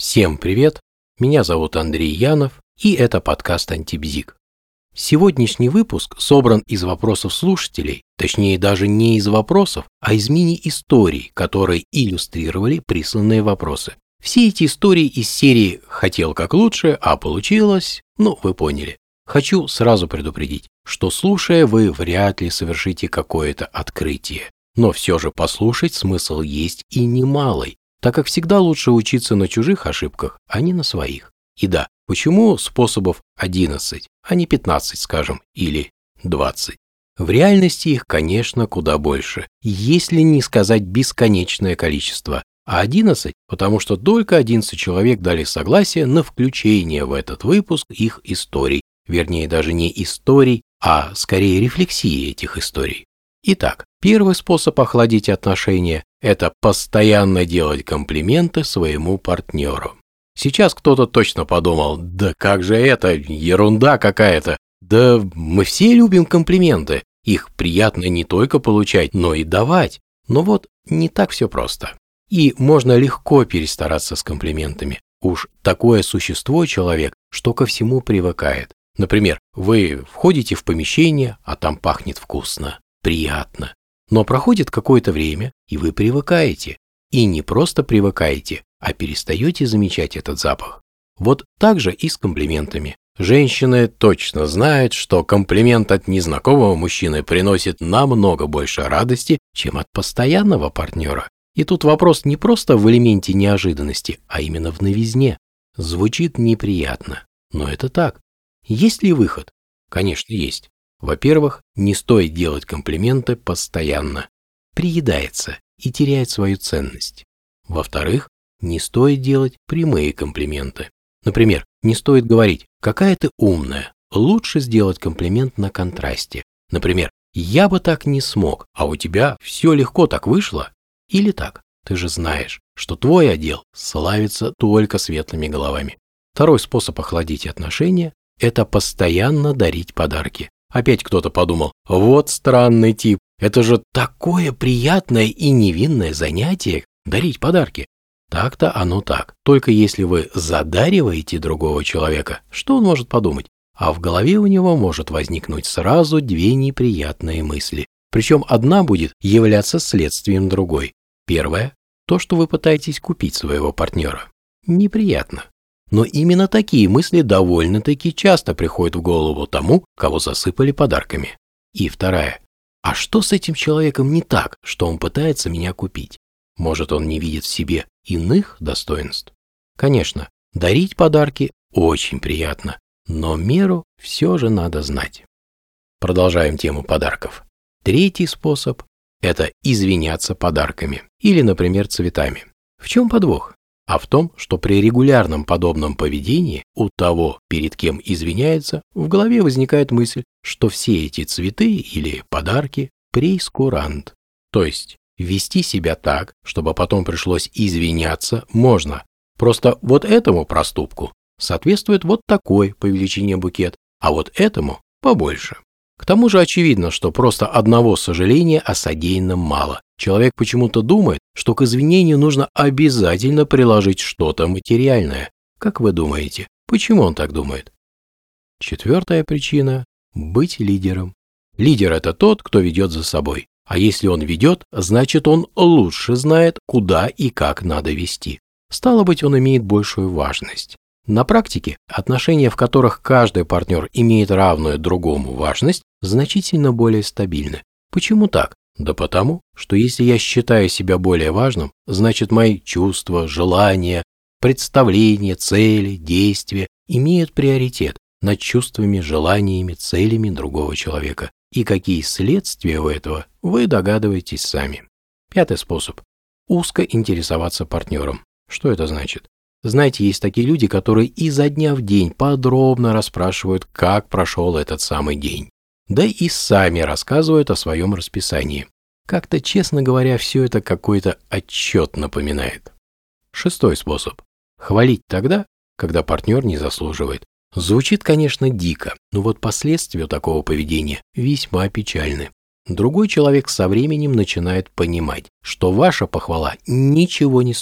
Всем привет, меня зовут Андрей Янов, и это подкаст «Антибзик». Сегодняшний выпуск собран из вопросов слушателей, точнее даже не из вопросов, а из мини-историй, которые иллюстрировали присланные вопросы. Все эти истории из серии «Хотел как лучше, а получилось», вы поняли. Хочу сразу предупредить, что слушая, вы вряд ли совершите какое-то открытие. Но все же послушать смысл есть и немалый, так как всегда лучше учиться на чужих ошибках, а не на своих. И да, почему способов 11, а не 15, скажем, или 20? В реальности их, конечно, куда больше, если не сказать бесконечное количество. А 11, потому что только 11 человек дали согласие на включение в этот выпуск их историй. Вернее, даже не историй, а скорее рефлексии этих историй. Итак, первый способ охладить отношения – это постоянно делать комплименты своему партнеру. Сейчас кто-то точно подумал: да как же это, ерунда какая-то. Да мы все любим комплименты, их приятно не только получать, но и давать. Но вот не так все просто. И можно легко перестараться с комплиментами. Уж такое существо человек, что ко всему привыкает. Например, вы входите в помещение, а там пахнет вкусно, приятно. Но проходит какое-то время, и вы привыкаете. И не просто привыкаете, а перестаете замечать этот запах. Вот так же и с комплиментами. Женщины точно знают, что комплимент от незнакомого мужчины приносит намного больше радости, чем от постоянного партнера. И тут вопрос не просто в элементе неожиданности, а именно в новизне. Звучит неприятно, но это так. Есть ли выход? Конечно, есть. Во-первых, не стоит делать комплименты постоянно. Приедается и теряет свою ценность. Во-вторых, не стоит делать прямые комплименты. Например, не стоит говорить: «Какая ты умная». Лучше сделать комплимент на контрасте. Например: «Я бы так не смог, а у тебя все легко так вышло». Или так: «Ты же знаешь, что твой отдел славится только светлыми головами». Второй способ охладить отношения – это постоянно дарить подарки. Опять кто-то подумал: вот странный тип, это же такое приятное и невинное занятие – дарить подарки. Так-то оно так. Только если вы задариваете другого человека, что он может подумать? А в голове у него может возникнуть сразу две неприятные мысли. Причем одна будет являться следствием другой. Первое – то, что вы пытаетесь купить своего партнера. Неприятно. Но именно такие мысли довольно-таки часто приходят в голову тому, кого засыпали подарками. И вторая. А что с этим человеком не так, что он пытается меня купить? Может, он не видит в себе иных достоинств? Конечно, дарить подарки очень приятно, но меру все же надо знать. Продолжаем тему подарков. Третий способ – это извиняться подарками или, например, цветами. В чем подвох? А в том, что при регулярном подобном поведении у того, перед кем извиняется, в голове возникает мысль, что все эти цветы или подарки – прейскурант. То есть вести себя так, чтобы потом пришлось извиняться, можно. Просто вот этому проступку соответствует вот такой по величине букет, а вот этому побольше. К тому же очевидно, что просто одного сожаления о содеянном мало. Человек почему-то думает, что к извинению нужно обязательно приложить что-то материальное. Как вы думаете, почему он так думает? Четвертая причина – быть лидером. Лидер – это тот, кто ведет за собой. А если он ведет, значит он лучше знает, куда и как надо вести. Стало быть, он имеет большую важность. На практике отношения, в которых каждый партнер имеет равную другому важность, значительно более стабильны. Почему так? Да потому, что если я считаю себя более важным, значит мои чувства, желания, представления, цели, действия имеют приоритет над чувствами, желаниями, целями другого человека. И какие следствия у этого, вы догадываетесь сами. Пятый способ – узко интересоваться партнером. Что это значит? Знаете, есть такие люди, которые изо дня в день подробно расспрашивают, как прошел этот самый день. Да и сами рассказывают о своем расписании. Как-то, честно говоря, все это какой-то отчет напоминает. Шестой способ – хвалить тогда, когда партнер не заслуживает. Звучит, конечно, дико, но вот последствия такого поведения весьма печальны. Другой человек со временем начинает понимать, что ваша похвала ничего не стоит.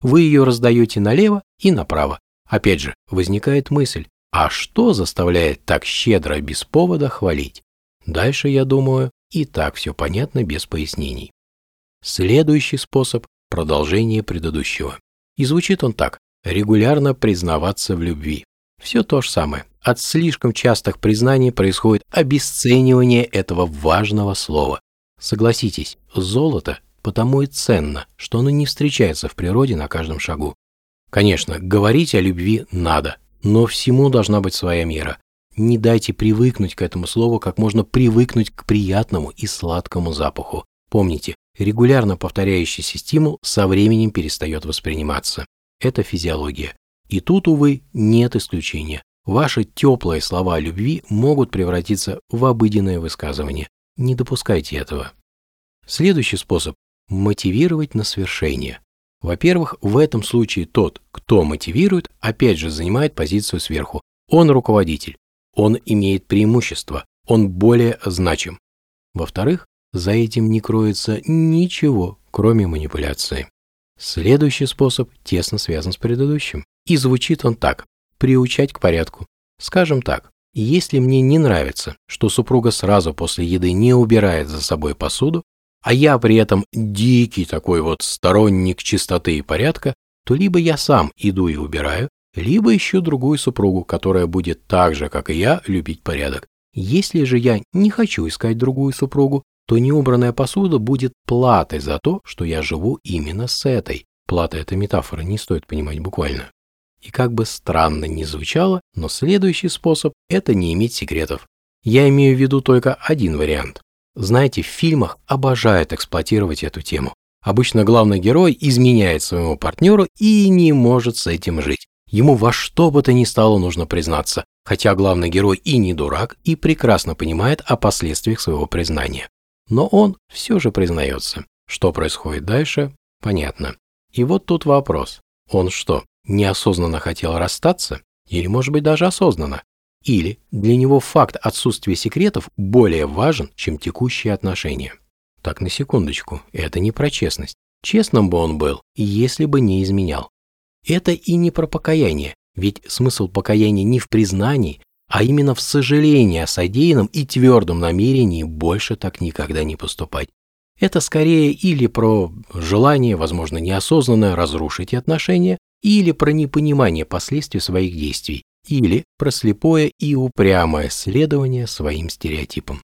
вы ее раздаете налево и направо. Опять же, возникает мысль, а что заставляет так щедро без повода хвалить? Дальше, я думаю, и так все понятно без пояснений. Следующий способ – продолжение предыдущего. И звучит он так: регулярно признаваться в любви. Все то же самое. От слишком частых признаний происходит обесценивание этого важного слова. Согласитесь, золото потому и ценно, что оно не встречается в природе на каждом шагу. Конечно, говорить о любви надо, но всему должна быть своя мера. Не дайте привыкнуть к этому слову, как можно привыкнуть к приятному и сладкому запаху. Помните, регулярно повторяющийся стимул со временем перестает восприниматься. Это физиология. И тут, увы, нет исключения. Ваши теплые слова о любви могут превратиться в обыденное высказывание. Не допускайте этого. Следующий способ – мотивировать на свершение. Во-первых, в этом случае тот, кто мотивирует, опять же занимает позицию сверху. Он руководитель, он имеет преимущество, он более значим. Во-вторых, за этим не кроется ничего, кроме манипуляции. Следующий способ тесно связан с предыдущим. И звучит он так: приучать к порядку. Скажем так, если мне не нравится, что супруга сразу после еды не убирает за собой посуду, а я при этом дикий такой вот сторонник чистоты и порядка, то либо я сам иду и убираю, либо ищу другую супругу, которая будет так же, как и я, любить порядок. Если же я не хочу искать другую супругу, то неубранная посуда будет платой за то, что я живу именно с этой. Плата – это метафора, не стоит понимать буквально. И как бы странно ни звучало, но следующий способ – это не иметь секретов. Я имею в виду только один вариант. Знаете, в фильмах обожают эксплуатировать эту тему. Обычно главный герой изменяет своему партнеру и не может с этим жить. Ему во что бы то ни стало нужно признаться, хотя главный герой и не дурак, и прекрасно понимает о последствиях своего признания. Но он все же признается. Что происходит дальше, понятно. И вот тут вопрос. Он что, неосознанно хотел расстаться? Или, может быть, даже осознанно? Или для него факт отсутствия секретов более важен, чем текущие отношения? Так, на секундочку, это не про честность. Честным бы он был, если бы не изменял. Это и не про покаяние, ведь смысл покаяния не в признании, а именно в сожалении о содеянном и твердом намерении больше так никогда не поступать. Это скорее или про желание, возможно, неосознанно разрушить отношения, или про непонимание последствий своих действий, или про слепое и упрямое следование своим стереотипам.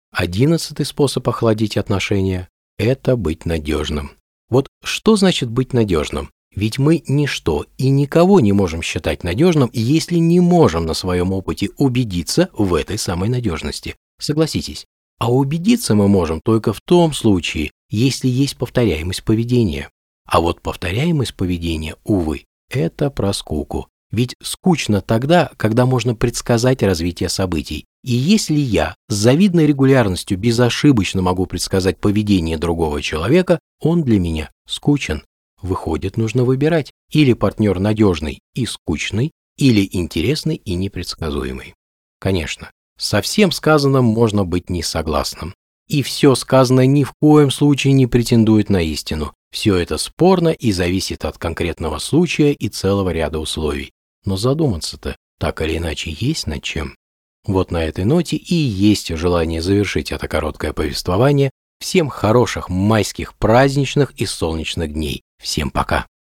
11-й способ охладить отношения – это быть надежным. Вот что значит быть надежным? Ведь мы ничто и никого не можем считать надежным, если не можем на своем опыте убедиться в этой самой надежности. Согласитесь, а убедиться мы можем только в том случае, если есть повторяемость поведения. А вот повторяемость поведения, увы, это про скуку. Ведь скучно тогда, когда можно предсказать развитие событий. И если я с завидной регулярностью безошибочно могу предсказать поведение другого человека, он для меня скучен. Выходит, нужно выбирать: или партнер надежный и скучный, или интересный и непредсказуемый. Конечно, со всем сказанным можно быть не согласным. И все сказанное ни в коем случае не претендует на истину. Все это спорно и зависит от конкретного случая и целого ряда условий. Но задуматься-то так или иначе есть над чем. Вот на этой ноте и есть желание завершить это короткое повествование. Всем хороших майских праздничных и солнечных дней. Всем пока.